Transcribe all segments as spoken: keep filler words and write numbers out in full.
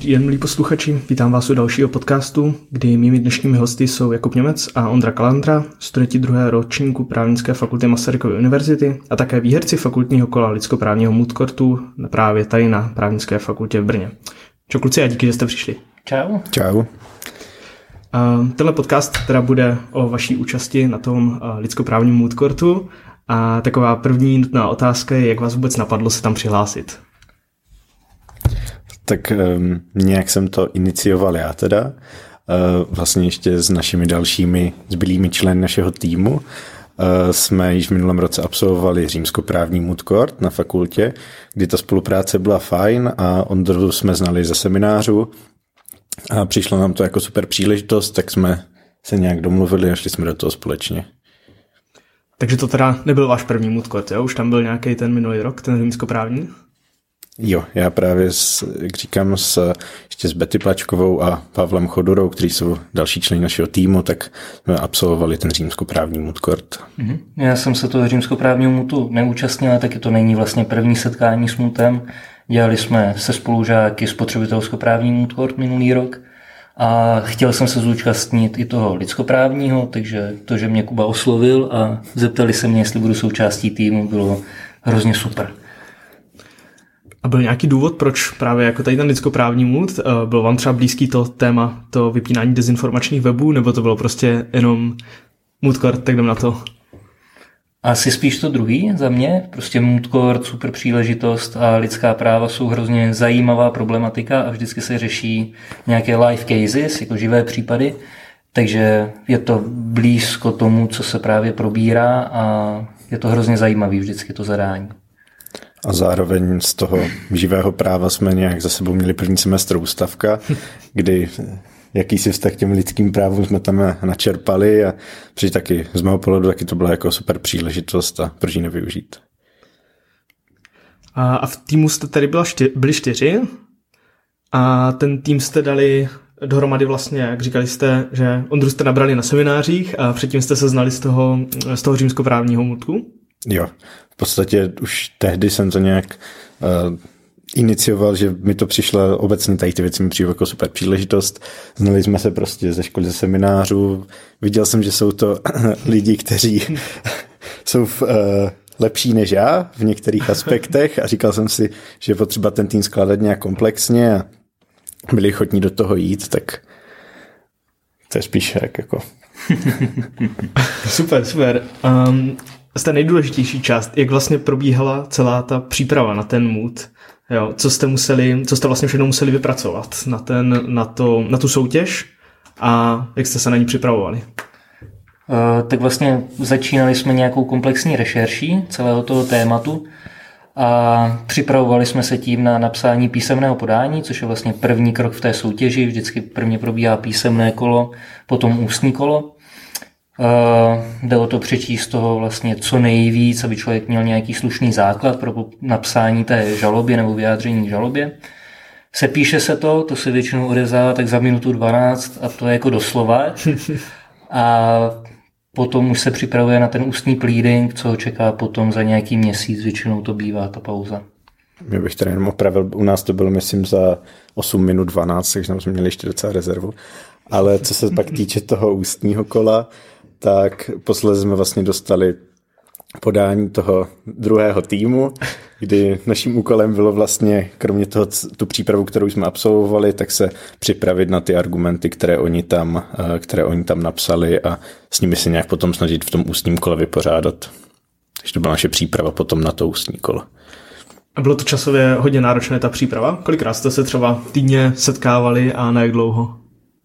Dobrý den, milí posluchači, vítám vás u dalšího podcastu, kdy mými dnešními hosty jsou Jakub Němec a Ondra Kalandra, studenti druhého ročníku Právnické fakulty Masarykovy univerzity a také výherci fakultního kola lidskoprávního moot courtu právě tady na Právnické fakultě v Brně. Čau kluci a díky, že jste přišli. Čau. Čau. Tenhle podcast teda bude o vaší účasti na tom lidskoprávním moot courtu a taková první nutná otázka je, jak vás vůbec napadlo se tam přihlásit. Tak um, nějak jsem to inicioval já teda, uh, vlastně ještě s našimi dalšími zbylými členy našeho týmu. Uh, jsme již v minulém roce absolvovali římskoprávní moot court na fakultě, kdy ta spolupráce byla fajn a Ondru jsme znali ze seminářu a přišlo nám to jako super příležitost, tak jsme se nějak domluvili a šli jsme do toho společně. Takže to teda nebyl váš první moot court, jo? Už tam byl nějaký ten minulý rok, ten římskoprávní? Jo, já právě, s, jak říkám, s, ještě s Betty Plačkovou a Pavlem Chodurou, kteří jsou další členy našeho týmu, tak jsme absolvovali ten římskoprávní moot court. Mm-hmm. Já jsem se toho římskoprávního mootu neúčastnil, taky to není vlastně první setkání s mootem. Dělali jsme se spolužáky spotřebitelskoprávní moot court minulý rok a chtěl jsem se zúčastnit i toho lidskoprávního, takže to, že mě Kuba oslovil a zeptali se mě, jestli budu součástí týmu, bylo hrozně super. A byl nějaký důvod, proč právě jako tady ten lidskoprávní moot? Bylo vám třeba blízký to téma, to vypínání dezinformačních webů, nebo to bylo prostě jenom moot court, tak jdem na to? Asi spíš to druhý za mě. Prostě moot court, super příležitost a lidská práva jsou hrozně zajímavá problematika a vždycky se řeší nějaké live cases, jako živé případy. Takže je to blízko tomu, co se právě probírá a je to hrozně zajímavý vždycky to zadání. A zároveň z toho živého práva jsme nějak za sebou měli první semestr ústavka, kdy jakýsi vztah k těm lidským právům jsme tam načerpali a při taky z mého pohledu taky to byla jako super příležitost a proč ji nevyužít. A, a v týmu jste tady byla čty, byli čtyři a ten tým jste dali dohromady vlastně, jak říkali jste, že Ondru jste nabrali na seminářích a předtím jste se znali z toho, z toho římskoprávního mootu? Jo, v podstatě už tehdy jsem to nějak uh, inicioval, že mi to přišlo obecně, tady ty věci mi přijde jako super příležitost. Znali jsme se prostě ze školy, ze seminářů. Viděl jsem, že jsou to lidi, kteří jsou v, uh, lepší než já v některých aspektech a říkal jsem si, že je potřeba ten tým skládat nějak komplexně a byli ochotní do toho jít, tak to je spíš jak jako... Super, super. Um, z té nejdůležitější část, jak vlastně probíhala celá ta příprava na ten moot, jo, co jste museli, co jste vlastně všechno museli vypracovat na, ten, na, to, na tu soutěž a jak jste se na ní připravovali? Uh, tak vlastně začínali jsme nějakou komplexní rešerší celého toho tématu a připravovali jsme se tím na napsání písemného podání, což je vlastně první krok v té soutěži. Vždycky prvně probíhá písemné kolo, potom ústní kolo. Uh, jde o to přečíst toho vlastně co nejvíc, aby člověk měl nějaký slušný základ pro napsání té žaloby nebo vyjádření k žalobě. Sepíše se to, to se většinou odevzdává tak za minutu dvanáct a to je jako doslova. A potom už se připravuje na ten ústní pleading, co ho čeká potom za nějaký měsíc, většinou to bývá ta pauza. Já bych tady jenom opravil, u nás to bylo myslím za osm minut dvanáct, takže tam jsme měli ještě docela rezervu. Ale co se pak týče toho ústního kola, tak posledně jsme vlastně dostali podání toho druhého týmu, kdy naším úkolem bylo vlastně, kromě toho, tu přípravu, kterou jsme absolvovali, tak se připravit na ty argumenty, které oni tam, které oni tam napsali a s nimi se nějak potom snažit v tom ústním kole vypořádat. Takže to byla naše příprava potom na to ústní kolo. A bylo to časově hodně náročné ta příprava? Kolikrát jste se třeba týdně setkávali a na jak dlouho?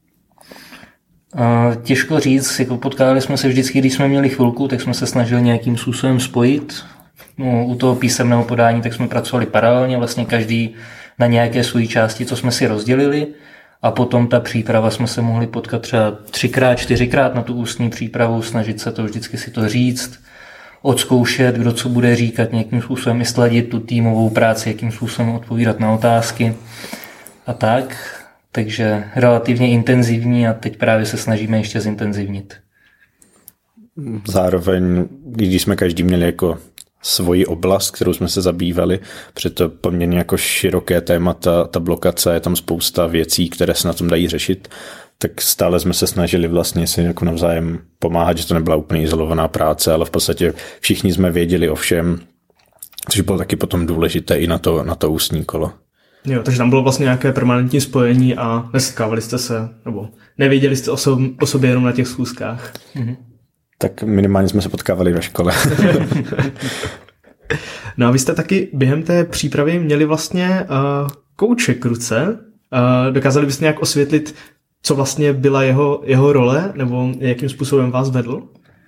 Těžko říct, jako potkávali jsme se vždycky, když jsme měli chvilku, tak jsme se snažili nějakým způsobem spojit. No, u toho písemného podání tak jsme pracovali paralelně, vlastně každý na nějaké své části, co jsme si rozdělili a potom ta příprava jsme se mohli potkat třeba třikrát, čtyřikrát na tu ústní přípravu, snažit se to vždycky si to říct, odzkoušet, kdo co bude říkat, nějakým způsobem i sladit tu týmovou práci, jakým způsobem odpovídat na otázky a tak. Takže relativně intenzivní a teď právě se snažíme ještě zintenzivnit. Zároveň, když jsme každý měli jako svoji oblast, kterou jsme se zabývali, protože to poměrně jako široké téma, ta, ta blokace, je tam spousta věcí, které se na tom dají řešit, tak stále jsme se snažili vlastně si jako navzájem pomáhat, že to nebyla úplně izolovaná práce, ale v podstatě všichni jsme věděli o všem, což bylo taky potom důležité i na to, na to ústní kolo. Jo, takže tam bylo vlastně nějaké permanentní spojení a nesetkávali jste se, nebo nevěděli jste o, sob, o sobě jenom na těch schůzkách. Mhm. Tak minimálně jsme se potkávali ve škole. No a vy jste taky během té přípravy měli vlastně uh, kouče k ruce. Uh, dokázali byste nějak osvětlit, co vlastně byla jeho, jeho role, nebo jakým způsobem vás vedl?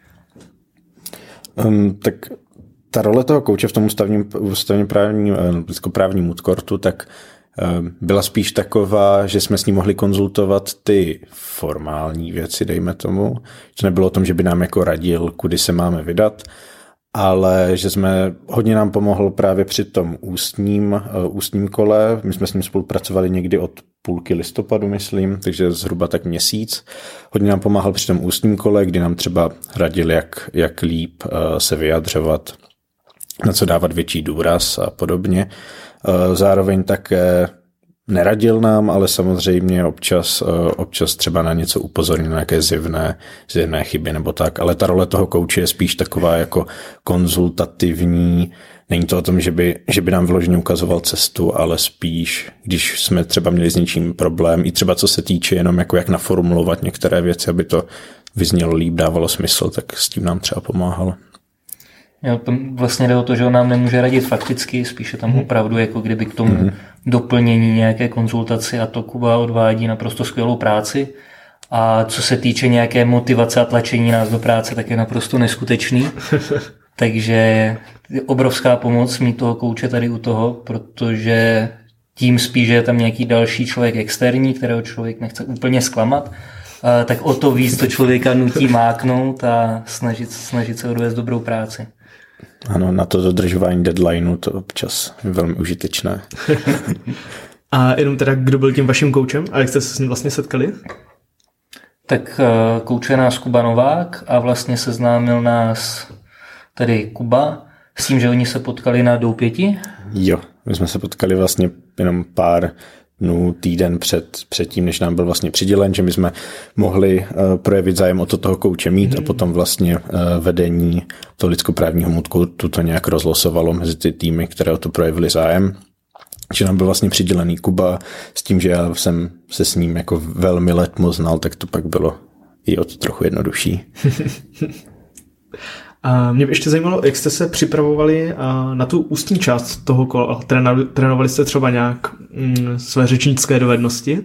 Um, tak ta role toho kouče v tom ústavním, ústavním právním, lidskoprávním moodcourtu, tak um, byla spíš taková, že jsme s ním mohli konzultovat ty formální věci, dejme tomu. To nebylo o tom, že by nám jako radil, kudy se máme vydat, ale že jsme, hodně nám pomohl právě při tom ústním, uh, ústním kole. My jsme s ním spolupracovali někdy od půlky listopadu, myslím, takže zhruba tak měsíc. Hodně nám pomáhal při tom ústním kole, kdy nám třeba radil, jak, jak líp uh, se vyjadřovat, na co dávat větší důraz a podobně. Uh, zároveň také neradil nám, ale samozřejmě občas, uh, občas třeba na něco upozornil, na nějaké zjevné, zjevné chyby nebo tak, ale ta role toho kouče je spíš taková jako konzultativní. Není to o tom, že by, že by nám vyloženě ukazoval cestu, ale spíš, když jsme třeba měli s něčím problém, i třeba co se týče jenom jako jak naformulovat některé věci, aby to vyznělo líp, dávalo smysl, tak s tím nám třeba pomáhalo. Jo, to vlastně jde o to, že on nám nemůže radit fakticky, spíše tam opravdu jako kdyby k tomu mm-hmm. doplnění nějaké konzultaci, a to Kuba odvádí naprosto skvělou práci. A co se týče nějaké motivace a tlačení nás do práce, tak je naprosto neskutečný. Takže je obrovská pomoc mít toho kouče tady u toho, protože tím spíš, že je tam nějaký další člověk externí, kterého člověk nechce úplně zklamat, tak o to víc to člověka nutí máknout a snažit, snažit se odvést dobrou práci. Ano, na to dodržování deadlineu to občas je velmi užitečné. A jenom teda, kdo byl tím vaším koučem a jak jste se s ním vlastně setkali? Tak kouče nás Kuba Novák a vlastně seznámil nás tady Kuba s tím, že oni se potkali na Doupěti. Jo, my jsme se potkali vlastně jenom pár dnů, týden před, před tím, než nám byl vlastně přidělen, že my jsme mohli uh, projevit zájem o to toho kouče mít mm-hmm. a potom vlastně uh, vedení toho lidskoprávního moodcourtu to nějak rozlosovalo mezi ty týmy, které o to projevili zájem. Že nám byl vlastně přidělený Kuba s tím, že já jsem se s ním jako velmi letmo znal, tak to pak bylo i o to trochu jednodušší. A mě by ještě zajímalo, jak jste se připravovali na tu ústní část toho kola. Trénovali jste třeba nějak mm, své řečnické dovednosti?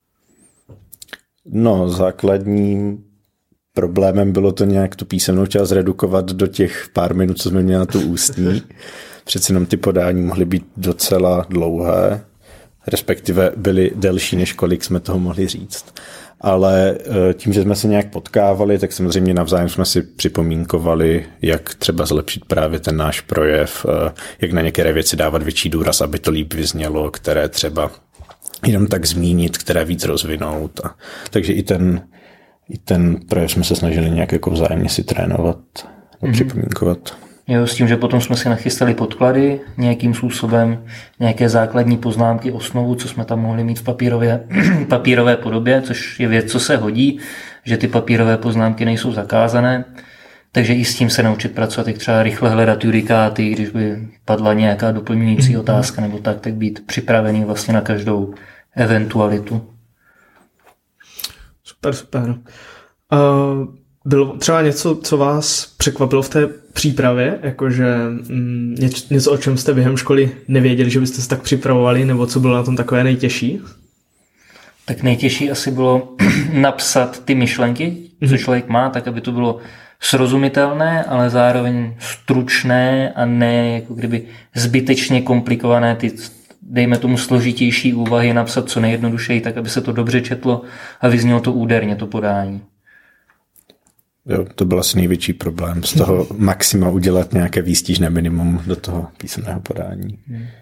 No, základním problémem bylo to nějak tu písemnou část redukovat do těch pár minut, co jsme měli na tu ústní. Přeci jenom ty podání mohly být docela dlouhé, respektive byly delší, než kolik jsme toho mohli říct. Ale tím, že jsme se nějak potkávali, tak samozřejmě navzájem jsme si připomínkovali, jak třeba zlepšit právě ten náš projev, jak na některé věci dávat větší důraz, aby to líp vyznělo, které třeba jenom tak zmínit, které víc rozvinout. A, takže i ten, i ten projev jsme se snažili nějak jako vzájemně si trénovat a mm-hmm. připomínkovat. Jo, s tím, že potom jsme si nachystali podklady nějakým způsobem, nějaké základní poznámky, osnovu, co jsme tam mohli mít v papírové, papírové podobě, což je věc, co se hodí, že ty papírové poznámky nejsou zakázané, takže i s tím se naučit pracovat, jak třeba rychle hledat judikáty, když by padla nějaká doplňující otázka nebo tak, tak být připravený vlastně na každou eventualitu. Super, super. Uh... Bylo třeba něco, co vás překvapilo v té přípravě, jakože mm, něco, o čem jste během školy nevěděli, že byste se tak připravovali, nebo co bylo na tom takové nejtěžší? Tak nejtěžší asi bylo napsat ty myšlenky, co člověk má, tak aby to bylo srozumitelné, ale zároveň stručné a ne jako kdyby zbytečně komplikované ty, dejme tomu, složitější úvahy napsat co nejjednodušeji, tak aby se to dobře četlo a vyznělo to úderně, to podání. Jo, to byl asi největší problém. Z toho maxima udělat nějaké výstižné minimum do toho písemného podání.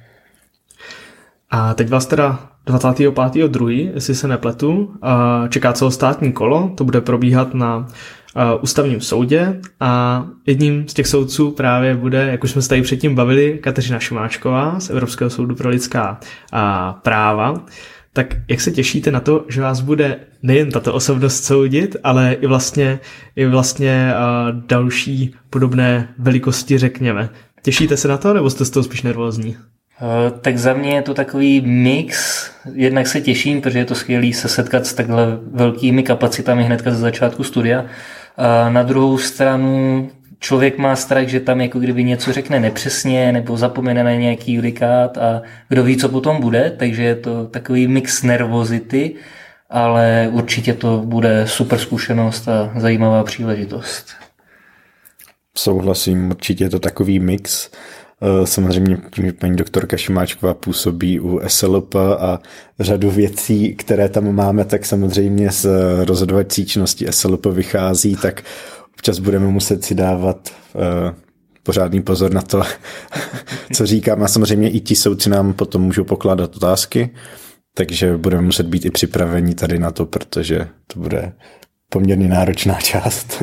A teď vás teda dvacátého pátého druhého jestli se nepletu, čeká celostátní kolo. To bude probíhat na ústavním soudě a jedním z těch soudců právě bude, jak už jsme se tady předtím bavili, Kateřina Šimáčková z Evropského soudu pro lidská práva. Tak jak se těšíte na to, že vás bude nejen tato osobnost soudit, ale i vlastně, i vlastně další podobné velikosti, řekněme. Těšíte se na to, nebo jste z toho spíš nervózní? Tak za mě je to takový mix. Jednak se těším, protože je to skvělý se setkat s takhle velkými kapacitami hnedka ze začátku studia. A na druhou stranu člověk má strach, že tam jako kdyby něco řekne nepřesně nebo zapomene na nějaký judikát a kdo ví, co potom bude, takže je to takový mix nervozity, ale určitě to bude super zkušenost a zajímavá příležitost. Souhlasím, určitě je to takový mix. Samozřejmě tím, že paní doktorka Šimáčková působí u S L P a řadu věcí, které tam máme, tak samozřejmě z rozhodovací činnosti S L P vychází, tak občas budeme muset si dávat uh, pořádný pozor na to, co říkám. A samozřejmě i ti soudci nám potom můžou pokládat otázky, takže budeme muset být i připraveni tady na to, protože to bude poměrně náročná část.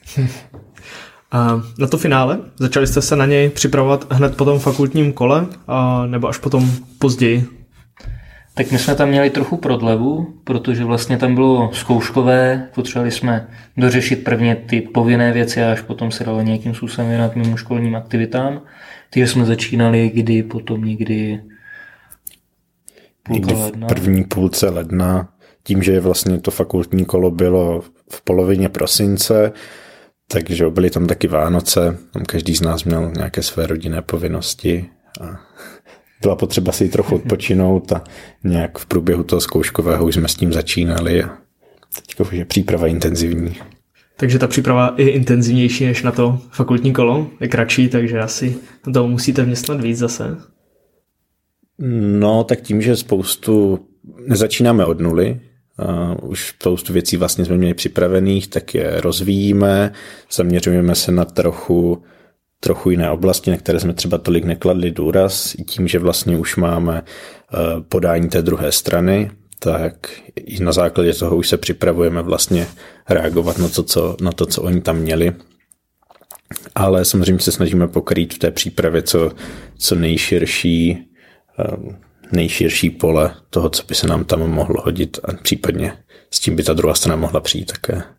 A na to finále? Začali jste se na něj připravovat hned po tom fakultním kole, a nebo až potom později? Tak my jsme tam měli trochu prodlevu, protože vlastně tam bylo zkouškové, potřebovali jsme dořešit prvně ty povinné věci a až potom se dalo nějakým způsobem věnovat mimoškolním aktivitám. Takže jsme začínali kdy, potom někdy půlka ledna. První půlce ledna, tím, že vlastně to fakultní kolo bylo v polovině prosince, takže byly tam taky Vánoce, tam každý z nás měl nějaké své rodinné povinnosti a byla potřeba si trochu odpočinout a nějak v průběhu toho zkouškového už jsme s tím začínali a teď je příprava intenzivní. Takže ta příprava je intenzivnější než na to fakultní kolo, je kratší, takže asi toho musíte vměstnat víc zase. No, tak tím, že spoustu nezačínáme od nuly, Uh, už spoustu věcí vlastně jsme měli připravených, tak je rozvíjíme, zaměřujeme se na trochu, trochu jiné oblasti, na které jsme třeba tolik nekladli důraz. I tím, že vlastně už máme uh, podání té druhé strany, tak i na základě toho už se připravujeme vlastně reagovat na to, co, na to, co oni tam měli. Ale samozřejmě se snažíme pokrýt v té přípravě co, co nejširší uh, nejširší pole toho, co by se nám tam mohlo hodit a případně s tím by ta druhá strana mohla přijít také. Uh,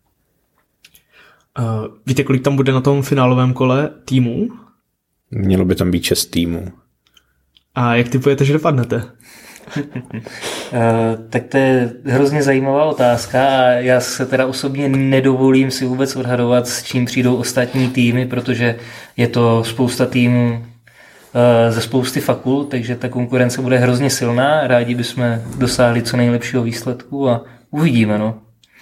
víte, kolik tam bude na tom finálovém kole týmů? Mělo by tam být šest týmů. A jak typujete, že dopadnete? uh, tak to je hrozně zajímavá otázka a já se teda osobně nedovolím si vůbec odhadovat, s čím přijdou ostatní týmy, protože je to spousta týmů ze spousty fakult, takže ta konkurence bude hrozně silná. Rádi bychom dosáhli co nejlepšího výsledku a uvidíme, no.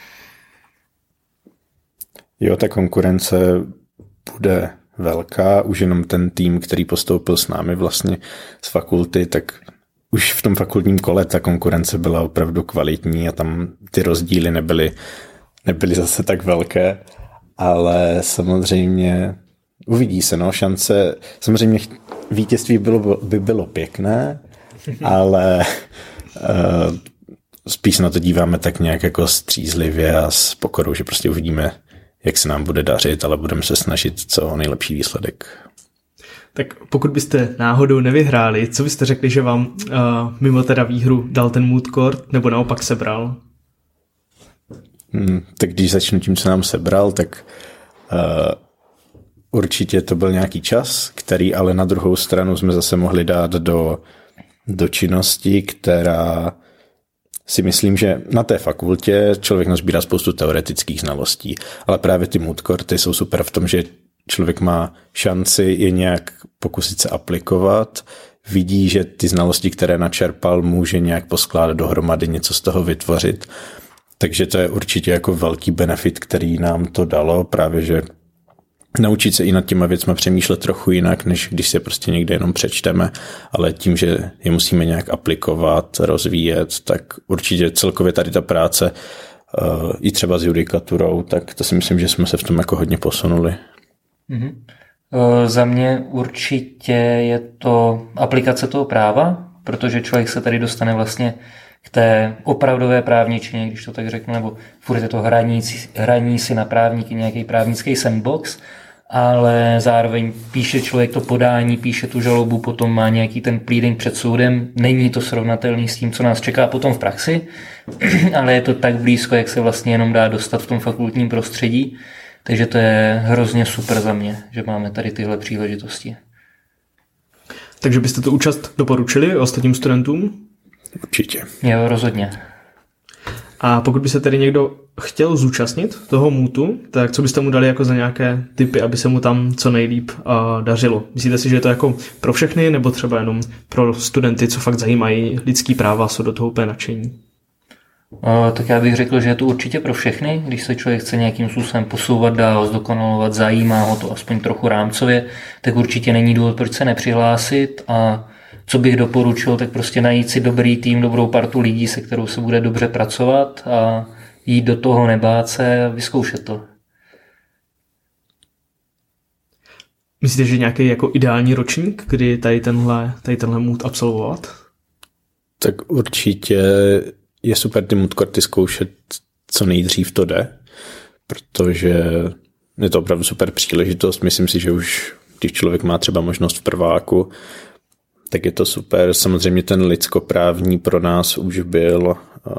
Jo, ta konkurence bude velká. Už jenom ten tým, který postoupil s námi vlastně z fakulty, tak už v tom fakultním kole ta konkurence byla opravdu kvalitní a tam ty rozdíly nebyly, nebyly zase tak velké, ale samozřejmě uvidí se, no, šance, samozřejmě vítězství bylo, by bylo pěkné, ale uh, spíš na to díváme tak nějak jako střízlivě a s pokorou, že prostě uvidíme, jak se nám bude dařit, ale budeme se snažit co nejlepší výsledek. Tak pokud byste náhodou nevyhráli, co byste řekli, že vám uh, mimo teda výhru dal ten mood court, nebo naopak sebral? Hmm, tak když začnu tím, co nám sebral, tak uh, určitě to byl nějaký čas, který ale na druhou stranu jsme zase mohli dát do, do činnosti, která si myslím, že na té fakultě člověk nazbírá spoustu teoretických znalostí, ale právě ty mood courty jsou super v tom, že člověk má šanci je nějak pokusit se aplikovat, vidí, že ty znalosti, které načerpal, může nějak poskládat dohromady, něco z toho vytvořit. Takže to je určitě jako velký benefit, který nám to dalo, právě že naučit se i nad těma věcma přemýšlet trochu jinak, než když se prostě někde jenom přečteme, ale tím, že je musíme nějak aplikovat, rozvíjet, tak určitě celkově tady ta práce uh, i třeba s judikaturou, tak to si myslím, že jsme se v tom jako hodně posunuli. Mm-hmm. Uh, za mě určitě je to aplikace toho práva, protože člověk se tady dostane vlastně k té opravdové právničině, když to tak řeknu, nebo furt je to hraní, hraní si na právníky, nějaký právnický sandbox, ale zároveň píše člověk to podání, píše tu žalobu, potom má nějaký ten pleading před soudem. Není to srovnatelný s tím, co nás čeká potom v praxi, ale je to tak blízko, jak se vlastně jenom dá dostat v tom fakultním prostředí. Takže to je hrozně super za mě, že máme tady tyhle příležitosti. Takže byste tu účast doporučili ostatním studentům? Určitě. Jo, rozhodně. A pokud by se tedy někdo chtěl zúčastnit toho můtu, tak co byste mu dali jako za nějaké tipy, aby se mu tam co nejlíp uh, dařilo? Myslíte si, že je to jako pro všechny, nebo třeba jenom pro studenty, co fakt zajímají lidský práva, jsou do toho úplně nadšení? Uh, tak já bych řekl, že je to určitě pro všechny. Když se člověk chce nějakým způsobem posouvat dál, zdokonalovat, zajímá ho to aspoň trochu rámcově, tak určitě není důvod, proč se nepřihlásit. A co bych doporučil, tak prostě najít si dobrý tým, dobrou partu lidí, se kterou se bude dobře pracovat a jít do toho, nebát se a vyzkoušet to. Myslíte, že nějaký jako ideální ročník, kdy tady tenhle, tady tenhle mood absolvovat? Tak určitě je super ty mood courty zkoušet co nejdřív to jde, protože je to opravdu super příležitost. Myslím si, že už když člověk má třeba možnost v prváku, tak je to super. Samozřejmě ten lidskoprávní pro nás už byl,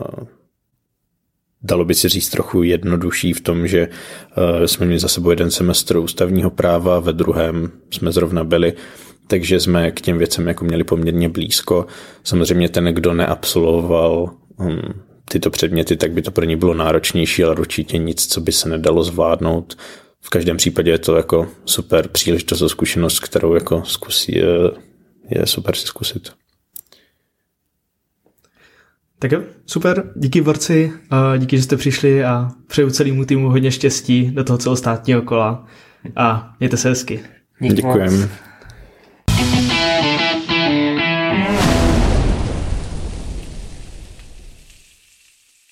dalo by si říct, trochu jednodušší v tom, že jsme měli za sebou jeden semestr ústavního práva, ve druhém jsme zrovna byli, takže jsme k těm věcem jako měli poměrně blízko. Samozřejmě ten, kdo neabsolvoval tyto předměty, tak by to pro ně bylo náročnější, ale určitě nic, co by se nedalo zvládnout. V každém případě je to jako super příležitost a zkušenost, kterou jako zkusí, je, je super si zkusit. Tak jo, super, díky borci, díky, že jste přišli a přeju celému týmu hodně štěstí do toho celostátního kola a mějte se hezky. Děkujeme.